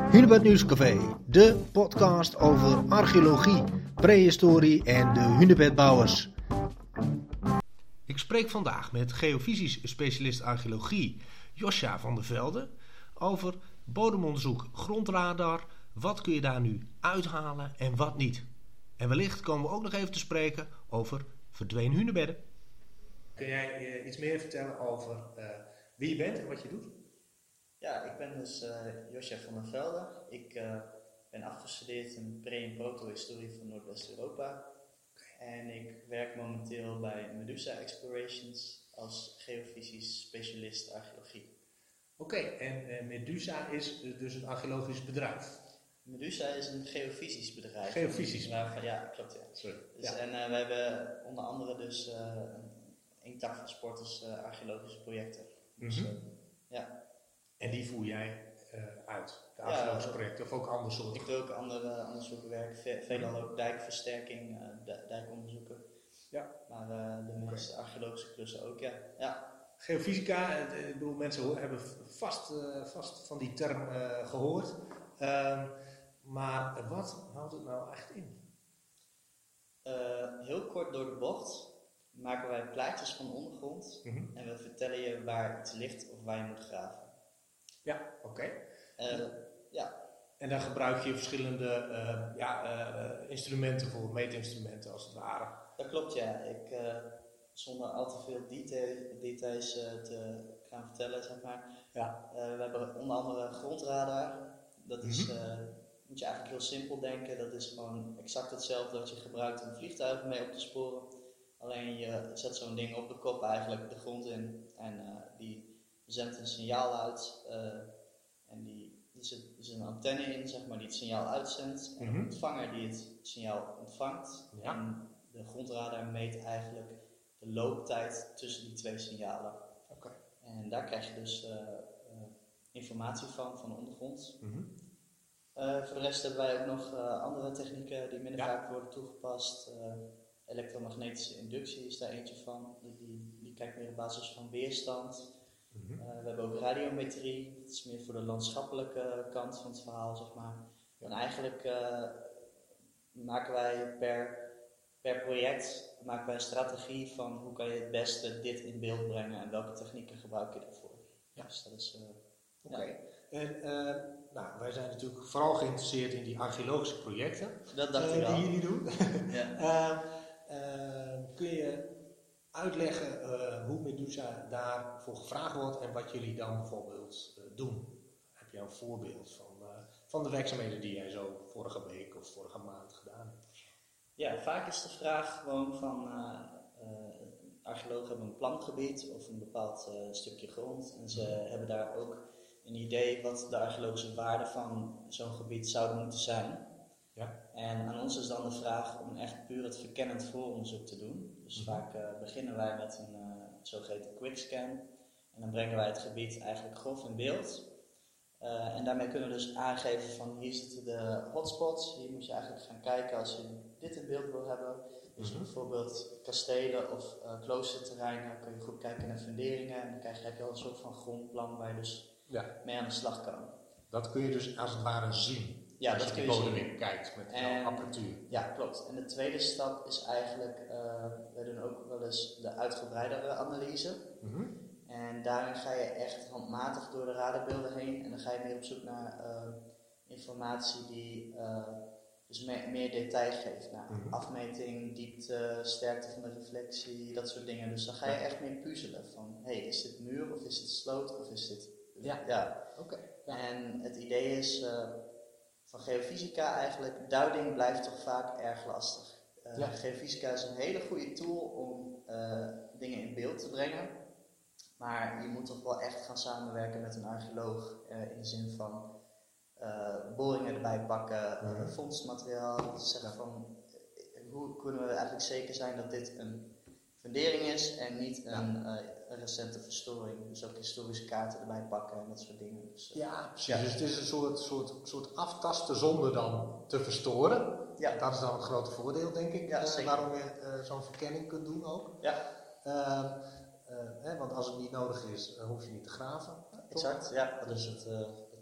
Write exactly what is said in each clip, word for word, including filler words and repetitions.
Hunebed Nieuwscafé, de podcast over archeologie, prehistorie en de hunebedbouwers. Ik spreek vandaag met geofysisch specialist archeologie Josja van der Velde over bodemonderzoek grondradar. Wat kun je daar nu uithalen en wat niet? En wellicht komen we ook nog even te spreken over verdwenen hunebedden. Kun jij uh, iets meer vertellen over uh, wie je bent en wat je doet? Ja, ik ben dus uh, Josja van der Velde. Ik uh, ben afgestudeerd in pre- en proto-historie van Noordwest-Europa. En ik werk momenteel bij Medusa Explorations als geofysisch specialist archeologie. Oké, okay, en uh, Medusa is dus een archeologisch bedrijf? Medusa is een geofysisch bedrijf. Geofysisch? Waarvan, ja, klopt ja. Sorry. Dus, ja. En uh, we hebben onder andere dus uh, een tak van sport als uh, archeologische projecten. Dus, mm-hmm. uh, ja. En die voer jij uh, uit, de archeologische ja, projecten, of ook andere soorten? Ik doe ook andere, andere soorten werk, Ve- veelal ook dijkversterking, uh, d- dijkonderzoeken. Ja. Maar uh, de meeste okay. archeologische klussen ook, ja. ja. Geofysica, ik bedoel, mensen hebben vast, uh, vast van die term uh, gehoord. Uh, maar wat houdt het nou echt in? Uh, heel kort door de bocht maken wij plaatjes van de ondergrond mm-hmm. en we vertellen je waar iets ligt of waar je moet graven. Ja, oké. Okay. Uh, ja. En dan gebruik je verschillende uh, ja, uh, instrumenten voor, meetinstrumenten als het ware. Dat klopt, ja. Ik, uh, zonder al te veel detail, details uh, te gaan vertellen, zeg maar. Ja. Uh, we hebben onder andere grondradar. Dat is, mm-hmm. uh, moet je eigenlijk heel simpel denken. Dat is gewoon exact hetzelfde wat je gebruikt om vliegtuigen mee op te sporen. Alleen je zet zo'n ding op de kop eigenlijk de grond in en uh, die zendt een signaal uit uh, en die, er zit, er zit een antenne in, zeg maar, die het signaal uitzendt en mm-hmm. een ontvanger die het signaal ontvangt. Ja. En de grondradar meet eigenlijk de looptijd tussen die twee signalen. Okay. En daar krijg je dus uh, uh, informatie van, van de ondergrond. Mm-hmm. Uh, voor de rest hebben wij ook nog uh, andere technieken die minder ja. vaak worden toegepast. Uh, elektromagnetische inductie is daar eentje van. Die, die, die kijkt meer op basis van weerstand. Mm-hmm. Uh, we hebben ook radiometrie. Dat is meer voor de landschappelijke kant van het verhaal, zeg maar. Ja. En eigenlijk uh, maken wij per, per project maken wij een strategie van hoe kan je het beste dit in beeld brengen en welke technieken gebruik je daarvoor. Ja. Dus dat is... Uh, Oké. Okay. Ja. En uh, nou, wij zijn natuurlijk vooral geïnteresseerd in die archeologische projecten. Dat dacht uh, ik al. Die jullie doen. Ja. uh, uh, kun je uitleggen uh, hoe Medusa daarvoor gevraagd wordt en wat jullie dan bijvoorbeeld uh, doen? Heb je een voorbeeld van, uh, van de werkzaamheden die jij zo vorige week of vorige maand gedaan hebt? Ja, vaak is de vraag gewoon van uh, uh, archeologen hebben een plangebied of een bepaald uh, stukje grond en ze mm-hmm. hebben daar ook een idee wat de archeologische waarde van zo'n gebied zouden moeten zijn. Ja. En aan ons is dan de vraag om echt puur het verkennend vooronderzoek te doen. Dus mm-hmm. vaak uh, beginnen wij met een uh, zogeheten quickscan. En dan brengen wij het gebied eigenlijk grof in beeld. Uh, en daarmee kunnen we dus aangeven van hier zitten de hotspots. Hier moet je eigenlijk gaan kijken als je dit in beeld wil hebben. Dus mm-hmm. bijvoorbeeld kastelen of uh, kloosterterreinen kun je goed kijken naar funderingen. En dan krijg je, heb je al een soort van grondplan waar je dus ja. mee aan de slag kan. Dat kun je dus als het ware zien. Ja, als dat je kun de je bodem zien. in kijkt met en, jouw apparatuur. Ja, klopt. En de tweede stap is eigenlijk, uh, we doen ook wel eens de uitgebreidere analyse. Mm-hmm. En daarin ga je echt handmatig door de radarbeelden heen. En dan ga je meer op zoek naar uh, informatie die uh, dus me- meer detail geeft. Nou, mm-hmm. Afmeting, diepte, sterkte van de reflectie, dat soort dingen. Dus dan ga je echt meer puzzelen van, hé, hey, is dit muur of is dit sloot of is dit... Ja, ja. oké. Okay. Ja. En het idee is uh, van geofysica eigenlijk, duiding blijft toch vaak erg lastig. Uh, ja. Geofysica is een hele goede tool om uh, dingen in beeld te brengen. Maar je moet toch wel echt gaan samenwerken met een archeoloog uh, in de zin van uh, boringen erbij pakken, mm-hmm. uh, vondstmateriaal, zeggen van uh, hoe kunnen we eigenlijk zeker zijn dat dit een fundering is en niet een, uh, een recente verstoring. Dus ook historische kaarten erbij pakken en dat soort dingen. Dus, uh, ja, precies. Ja. Dus het is een soort, soort, soort aftasten zonder dan te verstoren. Ja. Dat is dan het grote voordeel, denk ik, ja, uh, waarom je uh, zo'n verkenning kunt doen ook. Ja. Uh, uh, hè, want als het niet nodig is, uh, hoef je niet te graven. Exact, ja, dat is het, uh, het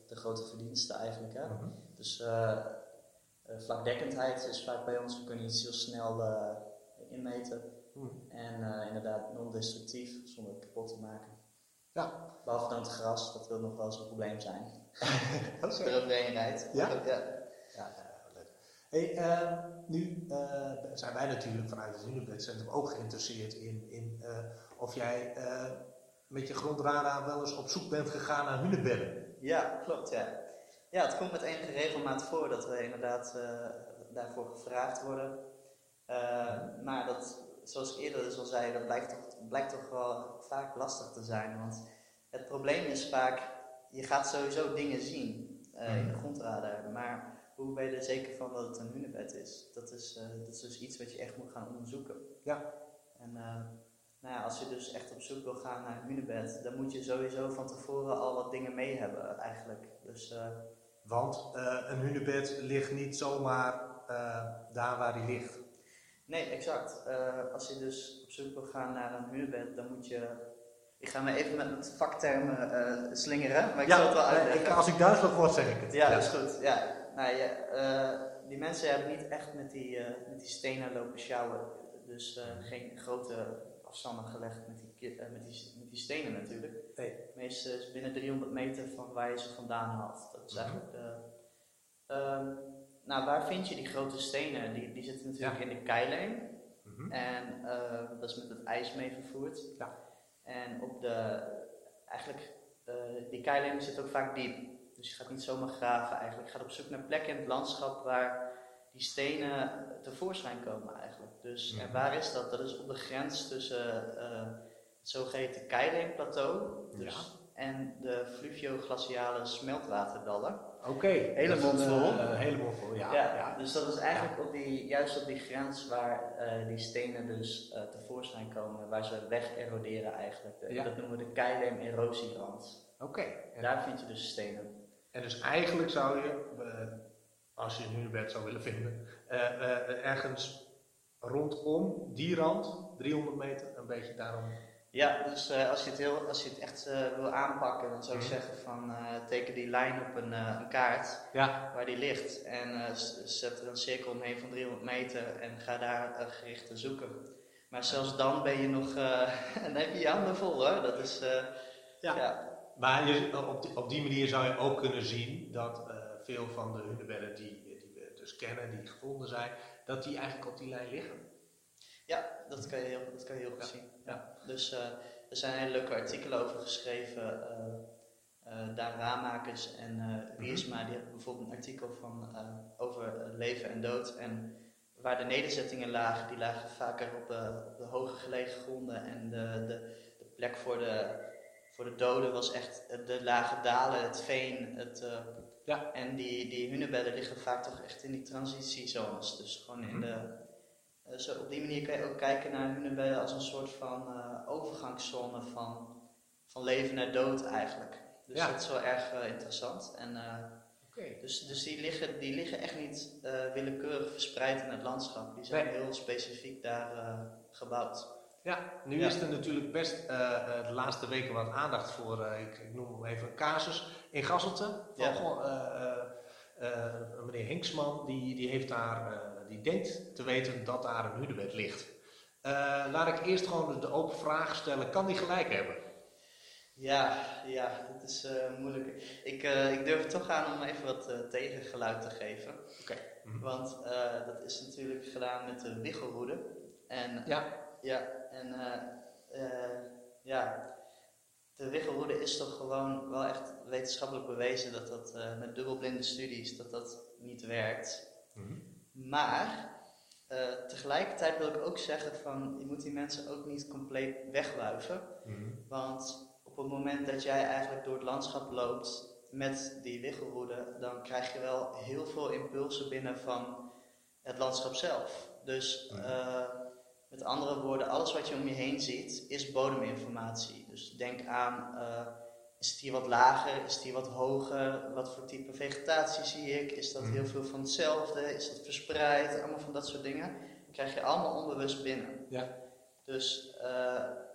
de grote verdienste eigenlijk. Hè? Mm-hmm. Dus uh, uh, vlakdekkendheid is vaak bij ons, we kunnen iets heel snel uh, inmeten. Mm. En uh, inderdaad non-destructief, zonder het kapot te maken. Ja. Behalve dan het gras, dat wil nog wel eens een probleem zijn. Als je er overheen rijdt. Ja? Ja. Ja, ja, leuk. Hey, uh, nu uh, zijn wij natuurlijk vanuit het Hunebed Centrum ook geïnteresseerd in, in uh, of jij uh, met je grondradar wel eens op zoek bent gegaan naar hunebedden. Ja, klopt, ja. Ja, het komt met enige regelmaat voor dat we inderdaad uh, daarvoor gevraagd worden. Uh, maar dat, zoals ik eerder dus al zei, dat blijkt toch, blijkt toch wel vaak lastig te zijn. Want het probleem is vaak, je gaat sowieso dingen zien uh, in de grondradar. Maar hoe ben je er zeker van dat het een hunebed is? Dat is, uh, dat is dus iets wat je echt moet gaan onderzoeken. Ja. En uh, nou ja, als je dus echt op zoek wil gaan naar een hunebed, dan moet je sowieso van tevoren al wat dingen mee hebben eigenlijk. Dus, uh, Want uh, een hunebed ligt niet zomaar uh, daar waar die ligt. Nee, exact. Uh, als je dus op zoek wil gaan naar een hunebed, dan moet je... Ik ga me even met vaktermen uh, slingeren, maar ik ja, zal het wel uitleggen. Ik, als ik duizelig word, zeg ik het. Ja, ja. Dat is goed. Ja. Nou, ja, uh, die mensen hebben niet echt met die, uh, met die stenen lopen sjouwen. Dus uh, geen grote afstanden gelegd met die, uh, met die, met die stenen natuurlijk. Nee. Meestal is binnen driehonderd meter van waar je ze vandaan haalt. Dat is eigenlijk de... Um, nou, waar vind je die grote stenen? Die, die zitten natuurlijk ja. in de keileem. Mm-hmm. En uh, dat is met het ijs mee vervoerd. Ja. En op de... Eigenlijk, uh, die keileem zit ook vaak diep. Dus je gaat niet zomaar graven eigenlijk. Je gaat op zoek naar plekken in het landschap waar die stenen tevoorschijn komen eigenlijk. Dus, mm-hmm. En waar is dat? Dat is op de grens tussen uh, het zogeheten keileemplateau dus, ja. en de fluvio-glaciale smeltwaterdallen. Oké, okay. Hele mond vol. Uh, hele mond vol, ja. Ja, ja. Dus dat is eigenlijk ja. op die, juist op die grens waar uh, die stenen dus uh, tevoorschijn komen, waar ze weg eroderen eigenlijk. De, ja. Dat noemen we de keileem-erosierand. Oké. Okay. Daar vind je dus stenen. En dus eigenlijk zou je, uh, als je een hunebed zou willen vinden, uh, uh, ergens rondom die rand, driehonderd meter, een beetje daarom. Ja, dus uh, als, je het heel, als je het echt uh, wil aanpakken, dan zou ik mm. zeggen van uh, teken die lijn op een, uh, een kaart ja. waar die ligt. En uh, zet er een cirkel omheen van driehonderd meter en ga daar uh, gericht te zoeken. Maar zelfs dan ben je nog, uh, dan heb je je handen vol hoor. Dat is, uh, ja. ja. Maar je, op, die, op die manier zou je ook kunnen zien dat uh, veel van de hunebedden die, die we dus kennen, die gevonden zijn, dat die eigenlijk op die lijn liggen. Ja, dat kan je heel, dat kan je heel goed ja. zien. Ja. Dus uh, er zijn hele leuke artikelen over geschreven. Uh, uh, Daan Raamakers en uh, Wiersma, mm-hmm. die hebben bijvoorbeeld een artikel van, uh, over uh, leven en dood. En waar de nederzettingen lagen, die lagen vaker op de, op de hoger gelegen gronden. En de, de, de plek voor de, voor de doden was echt de lage dalen, het veen. Het, uh, ja. En die, die hunebedden liggen vaak toch echt in die transitiezones. Dus gewoon mm-hmm. in de... Uh, zo op die manier kan je ook kijken naar hunebedden als een soort van uh, overgangszone van, van leven naar dood eigenlijk. Dus ja. dat is wel erg uh, interessant. En, uh, okay. Dus, dus die, liggen, die liggen echt niet uh, willekeurig verspreid in het landschap. Die zijn nee. heel specifiek daar uh, gebouwd. Ja, nu ja. is er natuurlijk best uh, uh, de laatste weken wat aandacht voor, uh, ik, ik noem hem even een casus, in Gasselte. Van, ja. uh, uh, uh, meneer Hinksman, die, die heeft daar... Uh, die denkt te weten dat daar een hunebed ligt. Uh, laat ik eerst gewoon de open vraag stellen, kan die gelijk hebben? Ja, ja, dat is uh, moeilijk. Ik, uh, ik durf er toch aan om even wat uh, tegengeluid te geven. Okay. Mm-hmm. Want uh, dat is natuurlijk gedaan met de wichelroede. En, ja. Ja, en uh, uh, ja, de wichelroede is toch gewoon wel echt wetenschappelijk bewezen dat dat uh, met dubbelblinde studies dat dat niet werkt. Mm-hmm. Maar uh, tegelijkertijd wil ik ook zeggen van je moet die mensen ook niet compleet wegwuiven. Mm-hmm. Want op het moment dat jij eigenlijk door het landschap loopt met die wichelroede, dan krijg je wel heel veel impulsen binnen van het landschap zelf. Dus uh, met andere woorden, alles wat je om je heen ziet is bodeminformatie. Dus denk aan... Uh, Is het hier wat lager? Is het hier wat hoger? Wat voor type vegetatie zie ik? Is dat heel veel van hetzelfde? Is dat verspreid? Allemaal van dat soort dingen. Dat krijg je allemaal onbewust binnen. Ja. Dus uh,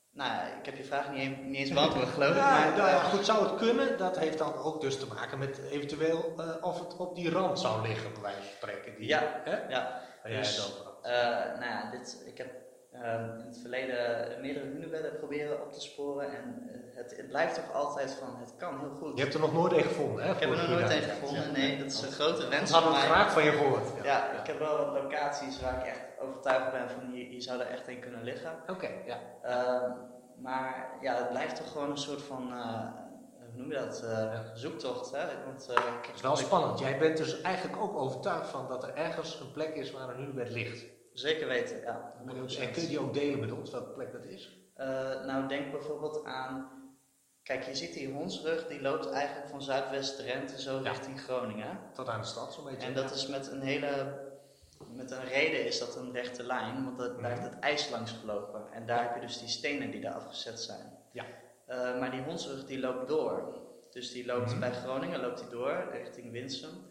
Nou, ik heb je vraag niet, een, niet eens beantwoord, geloof ik. Ja, maar, nou ja, goed, zou het kunnen? Dat heeft dan ook dus te maken met eventueel uh, of het op die rand zou liggen, bij wijze van spreken. Die, ja, hè? ja. Waar jij dus, het over had. Uh, nou ja, dit, ik heb uh, in het verleden meerdere hunebedden proberen op te sporen en uh, het, het blijft toch altijd van, het kan heel goed. Je hebt er nog nooit een gevonden, hè? Ik heb er nog nooit een gevonden, nee, dat is een grote wens van mij. Ik had het graag van je gehoord. Ja, ja, ja, ik heb wel wat locaties waar ik echt overtuigd ben van, hier, hier zou er echt een kunnen liggen. Oké, okay, ja. Uh, maar ja, het blijft toch gewoon een soort van, uh, hoe noem je dat, uh, ja. zoektocht. Hè? Want, uh, het is wel spannend. Jij bent dus eigenlijk ook overtuigd van dat er ergens een plek is waar een hunebed ligt. Zeker weten, ja. En kun je die ook delen met ons, welke plek dat is? Uh, nou, denk bijvoorbeeld aan, kijk, je ziet die Hondsrug, die loopt eigenlijk van Zuidwest-Drenthe zo ja. richting Groningen. Tot aan de stad zo'n beetje. En dat is met een hele... Met een reden is dat een rechte lijn, want daar blijft het ijs langs gelopen. En daar heb je dus die stenen die daar afgezet zijn. Ja. Uh, maar die Hondsrug die loopt door. Dus die loopt mm-hmm. bij Groningen loopt die door, richting Winsum.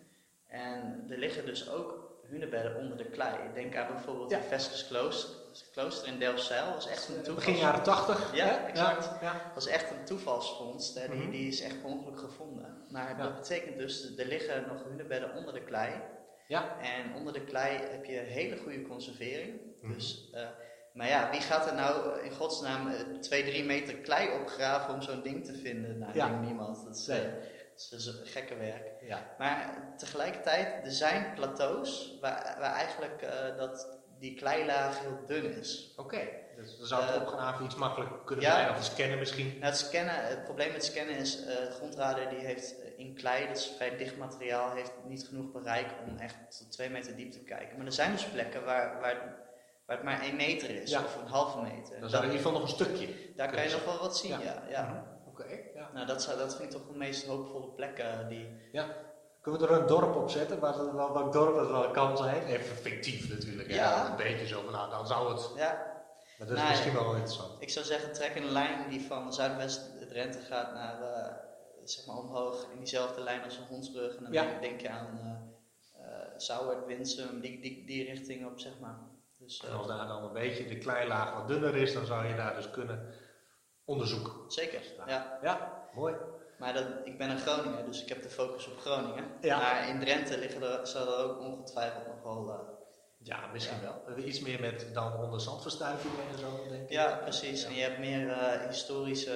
En er liggen dus ook hunebedden onder de klei. Denk aan bijvoorbeeld ja. de Veskes Klooster, klooster in Delfzijl. Dat was echt een toeval. Begin jaren tachtig. Ja, ja, exact. Ja, ja. Dat was echt een toevalsvondst. Hè. Die, mm-hmm. die is echt per ongeluk gevonden. Maar ja. dat betekent dus, er liggen nog hunebedden onder de klei. Ja. En onder de klei heb je hele goede conservering. Mm-hmm. Dus, uh, maar ja, wie gaat er nou in godsnaam uh, twee, drie meter klei opgraven om zo'n ding te vinden? Nou, ja. ik denk niemand. Dat is, uh, dat is een gekke werk. Ja. Maar tegelijkertijd, er zijn plateaus waar, waar eigenlijk uh, dat, die kleilaag heel dun is. Oké, okay. Dus dan zou het uh, opgraven iets makkelijker kunnen ja, zijn, of scannen misschien? Nou, het, scannen, het probleem met scannen is, uh, de grondradar die heeft in klei, dat is vrij dicht materiaal, heeft niet genoeg bereik om echt tot twee meter diep te kijken. Maar er zijn dus plekken waar, waar, waar het maar één meter is, ja. of een halve meter. Dan zou in ieder geval nog een stukje. Daar kan je nog wel wat zien, ja. ja, ja. Mm-hmm. Oké, okay, ja. Nou, dat, zou, dat vind ik toch de meest hoopvolle plekken die... Ja. Kunnen we er een dorp op zetten? Waar, welk dorp dat wel kan zijn? Even fictief natuurlijk. Ja. Hè? Een beetje zo van, nou, dan zou het... Ja. Maar dat is nou, misschien wel interessant. Ik zou zeggen, trek een lijn die van Zuidwest-Drenthe gaat naar, uh, zeg maar omhoog, in diezelfde lijn als een Hondsrug. En dan ja. denk, denk je aan uh, uh, Sauwerd, Winsum, die, die, die richting op, zeg maar. Dus, uh, en als daar dan een beetje de kleilaag wat dunner is, dan zou je daar dus kunnen onderzoeken. Zeker, ja. Ja, mooi. Maar dat, ik ben een Groninger, dus ik heb de focus op Groningen. Ja. Maar in Drenthe liggen er, zal er ook ongetwijfeld nog wel... Uh, ja, misschien ja. wel. Iets meer met dan onder zandverstuivingen en zo, denk ik. Ja, precies. Ja. En je hebt meer uh, historische,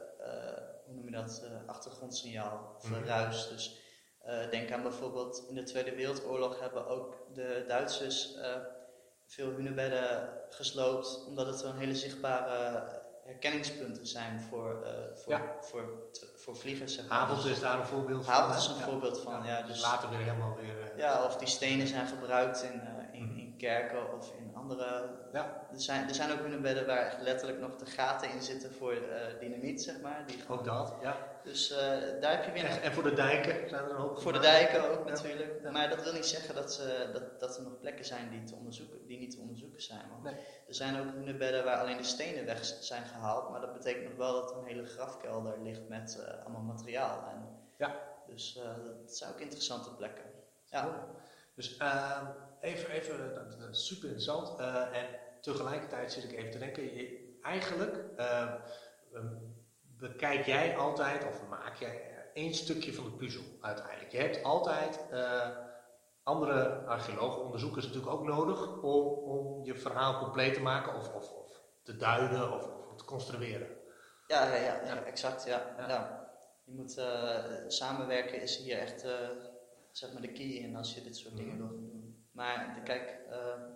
uh, hoe noem je dat, uh, achtergrondsignaal, of mm-hmm. ruis. Dus uh, denk aan bijvoorbeeld in de Tweede Wereldoorlog hebben ook de Duitsers uh, veel hunebedden gesloopt, omdat het zo'n hele zichtbare herkenningspunten zijn voor, uh, voor, ja. voor, t- voor vliegers. Zeg maar. Havels is daar een voorbeeld van. Havels is een ja. voorbeeld van, ja. ja dus later weer helemaal weer... Uh, ja, of die stenen zijn gebruikt in, uh, in, in kerken of in andere... Ja. Er zijn, er zijn ook hunebedden waar echt letterlijk nog de gaten in zitten voor uh, dynamiet, zeg maar. Die ook dat, ja. Dus uh, daar heb je weer... En, en voor de dijken zijn er een hoop Voor de dijken ook ja. natuurlijk. Ja. Maar dat wil niet zeggen dat, ze, dat, dat er nog plekken zijn die, te onderzoeken, die niet te onderzoeken zijn. Want nee. Er zijn ook hunebedden waar alleen de stenen weg zijn gehaald, maar dat betekent nog wel dat er een hele grafkelder ligt met uh, allemaal materiaal. En ja. Dus uh, dat zijn ook interessante plekken. Ja. Dus uh, even, even dat, dat is super interessant. Uh, en tegelijkertijd zit ik even te denken, je, eigenlijk uh, um, bekijk jij altijd, of maak jij één stukje van de puzzel uiteindelijk. Je hebt altijd uh, andere archeologen, onderzoekers natuurlijk ook nodig om, om je verhaal compleet te maken of, of, of te duiden of, of te construeren. Ja, ja, ja, ja exact. Ja. Ja. Ja. Je moet uh, samenwerken is hier echt uh, zeg maar de key in als je dit soort dingen wil doen. Maar de, kijk, uh,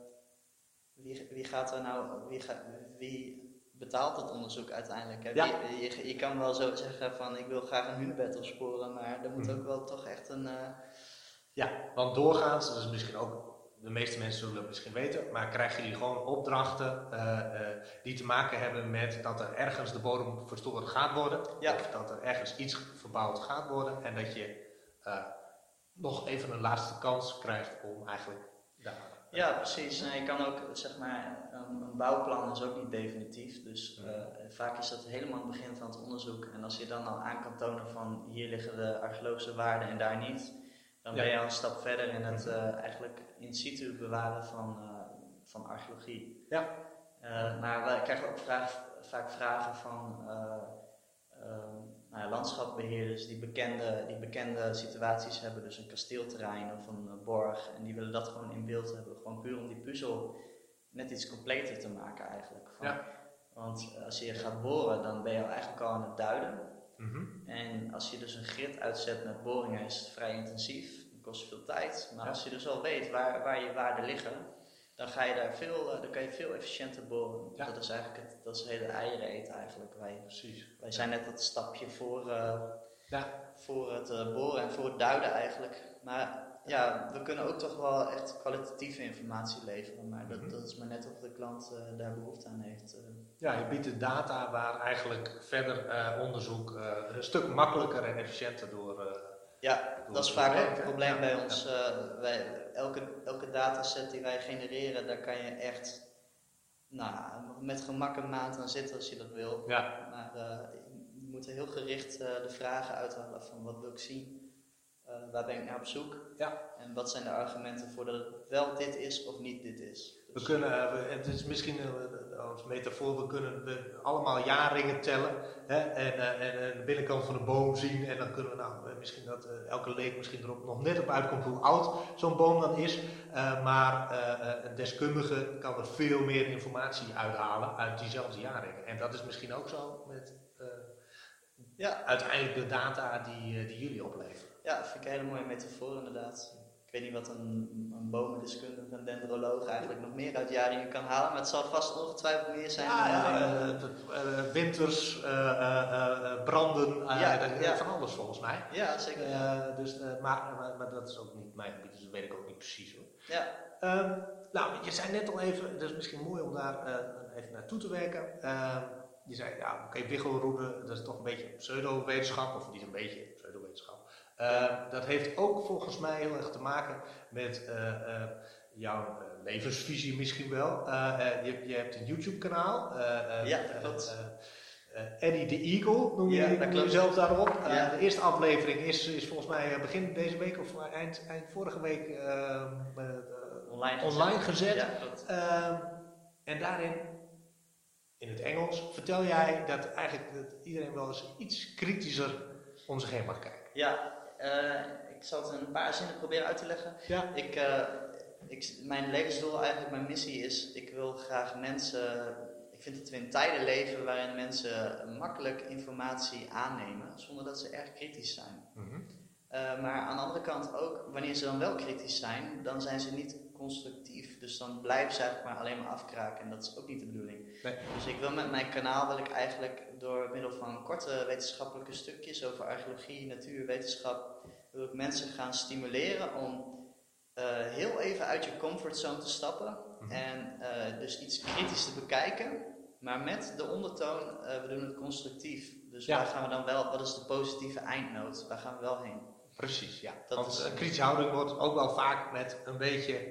wie, wie gaat er nou, wie, ga, wie betaalt het onderzoek uiteindelijk? Hè? Ja. Je, je, je kan wel zo zeggen van ik wil graag een hunebed opsporen, maar er moet mm. ook wel toch echt een... Uh... Ja, want doorgaans, dat is misschien ook, de meeste mensen zullen dat misschien weten, maar krijgen jullie gewoon opdrachten uh, uh, die te maken hebben met dat er ergens de bodem verstoord gaat worden, ja. Of dat er ergens iets verbouwd gaat worden en dat je uh, nog even een laatste kans krijgt om eigenlijk daar... Ja, precies. Nou, je kan ook, zeg maar, een, een bouwplan is ook niet definitief. Dus uh, vaak is dat helemaal het begin van het onderzoek. En als je dan al aan kan tonen van hier liggen de archeologische waarden en daar niet, dan ja. ben je al een stap verder in het uh, eigenlijk in situ bewaren van, uh, van archeologie. Ja. Uh, maar wij krijgen ook vraag, vaak vragen van uh, uh, nou ja, landschapbeheerders die bekende, die bekende situaties hebben, dus een kasteelterrein of een borg, en die willen dat gewoon in beeld hebben, gewoon puur om die puzzel net iets completer te maken eigenlijk. Van, ja. Want als je gaat boren, dan ben je eigenlijk al aan het duiden. Mm-hmm. En als je dus een grid uitzet met boringen, is het vrij intensief, het kost veel tijd. Maar ja. als je dus al weet waar, waar je waarden liggen, dan ga je daar veel, uh, dan kan je veel efficiënter boren. Ja. Dat is eigenlijk het, dat is het hele eieren eten eigenlijk. Wij, Precies. wij zijn net dat stapje voor, uh, ja. voor het uh, boren en voor het duiden eigenlijk. Maar ja, we kunnen ook toch wel echt kwalitatieve informatie leveren, maar dat, dat is maar net of de klant uh, daar behoefte aan heeft. Uh. Ja, je biedt de data waar eigenlijk verder uh, onderzoek uh, een stuk makkelijker en efficiënter door... Uh, ja, door dat is vaak ook het probleem ja. bij ons. Uh, wij, elke, elke dataset die wij genereren, daar kan je echt nou, met gemak een maand aan zitten als je dat wil. Ja. Maar uh, je moet er heel gericht uh, de vragen uithalen van wat wil ik zien. Uh, waar ben ik naar op zoek? Ja. En wat zijn de argumenten voor dat het wel dit is of niet dit is? Dus we kunnen, uh, we, het is misschien uh, als metafoor, we kunnen we allemaal jaarringen tellen hè, en, uh, en uh, de binnenkant van een boom zien en dan kunnen we nou uh, misschien dat uh, elke leek misschien erop nog net op uitkomt hoe oud zo'n boom dan is, uh, maar uh, een deskundige kan er veel meer informatie uithalen uit diezelfde jaarringen. En dat is misschien ook zo met uh, ja. uiteindelijk de data die, uh, die jullie opleveren. Ja, dat vind ik een hele mooie metafoor inderdaad. Ik weet niet wat een, een bomendeskundige, een dendroloog eigenlijk nog meer uit jaringen kan halen, maar het zal vast ongetwijfeld meer zijn. Ja, ja uh, uh, winters, uh, uh, uh, branden, uh, ja, uh, ja. van alles volgens mij. Ja, zeker. Uh, dus, uh, maar, maar, maar dat is ook niet mijn gebied, dus dat weet ik ook niet precies hoor. Ja. Uh, nou, je zei net al even, dat is misschien mooi om daar uh, even naartoe te werken. Uh, je zei, ja, oké, okay, wiggelroede, dat is toch een beetje pseudo-wetenschap, of niet een beetje pseudo-wetenschap. Uh, dat heeft ook volgens mij heel erg te maken met uh, uh, jouw uh, levensvisie misschien wel. Uh, uh, je, je hebt een YouTube kanaal. Uh, uh, ja, dat klopt. Uh, uh, Eddie the Eagle noem je, ja, noem je jezelf daarop. Uh, ja. De eerste aflevering is, is volgens mij begin deze week of eind, eind vorige week uh, uh, online, online gezet. Ja, uh, en daarin, in het Engels, vertel jij dat eigenlijk dat iedereen wel eens iets kritischer om zich heen mag kijken. Ja. Uh, ik zal het in een paar zinnen proberen uit te leggen. Ja. Ik, uh, ik, mijn levensdoel, eigenlijk mijn missie is, ik wil graag mensen, ik vind dat we in tijden leven waarin mensen makkelijk informatie aannemen, zonder dat ze erg kritisch zijn. Mm-hmm. Uh, maar aan de andere kant ook, wanneer ze dan wel kritisch zijn, dan zijn ze niet constructief. Dus dan blijven ze eigenlijk maar alleen maar afkraken en dat is ook niet de bedoeling. Nee. Dus ik wil met mijn kanaal, wil ik eigenlijk door middel van korte wetenschappelijke stukjes over archeologie, natuurwetenschap, wil ik mensen gaan stimuleren om uh, heel even uit je comfortzone te stappen. Mm-hmm. En uh, dus iets kritisch te bekijken, maar met de ondertoon, uh, we doen het constructief. Dus ja. Waar gaan we dan wel, wat is de positieve eindnoot? Waar gaan we wel heen? Precies, ja. Dat Want is, een kritische houding wordt ook wel vaak met een beetje,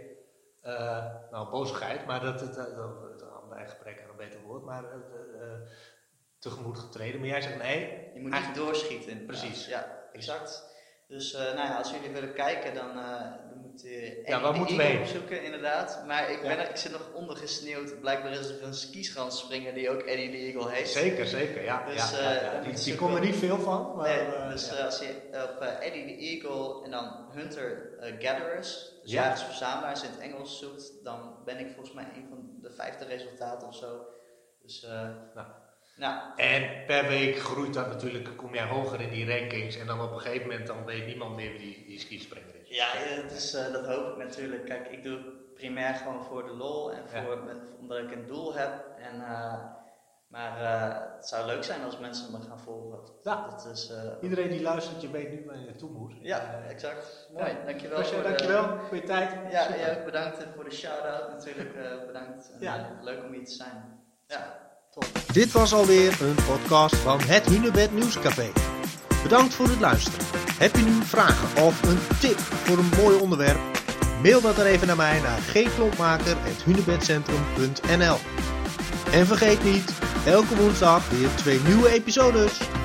uh, nou bozigheid, maar dat het, bij gebrek aan een beter woord, maar uh, uh, tegemoet getreden. Maar jij zegt nee. Je moet niet doorschieten. Precies. Ja, exact. Dus uh, nou ja, als jullie willen kijken, dan, uh, dan moet je ja, waar moeten we opzoeken inderdaad. Maar ik, ben, ja. ik zit nog ondergesneeuwd. Blijkbaar is er een skischansspringer die ook Eddie the Eagle heet. Zeker, zeker. Ja, dus, ja, ja, ja. Uh, Die, die komen er niet veel van. Maar, nee, uh, dus ja. uh, als je op uh, Eddie the Eagle en dan Hunter uh, Gatherers, dus ja. jagers-verzamelaars in het Engels zoekt, dan ben ik volgens mij een van de vijfde resultaten of zo. Dus, uh, nou. Nou. En per week groeit dat natuurlijk, kom jij hoger in die rankings en dan op een gegeven moment dan weet niemand meer wie die, die skispringer is. Ja, dat, is, uh, dat hoop ik natuurlijk. Kijk, ik doe het primair gewoon voor de lol en voor, ja. met, omdat ik een doel heb. En, uh, maar uh, het zou leuk zijn als mensen me gaan volgen. Ja. Dat is, uh, Iedereen die luistert, je weet nu waar je naartoe moet. Ja, uh, exact. Mooi, ja. Dankjewel. Rosja, dankjewel de, voor je tijd. Ja, jij ook bedankt voor de shout-out natuurlijk. Uh, bedankt. Ja. Uh, leuk om hier te zijn. Ja. Dit was alweer een podcast van het Hunebed Nieuwscafé. Bedankt voor het luisteren. Heb je nu vragen of een tip voor een mooi onderwerp? Mail dat er even naar mij naar g klompmaker apenstaartje hunebedcentrum punt n l. En vergeet niet, elke woensdag weer twee nieuwe episodes.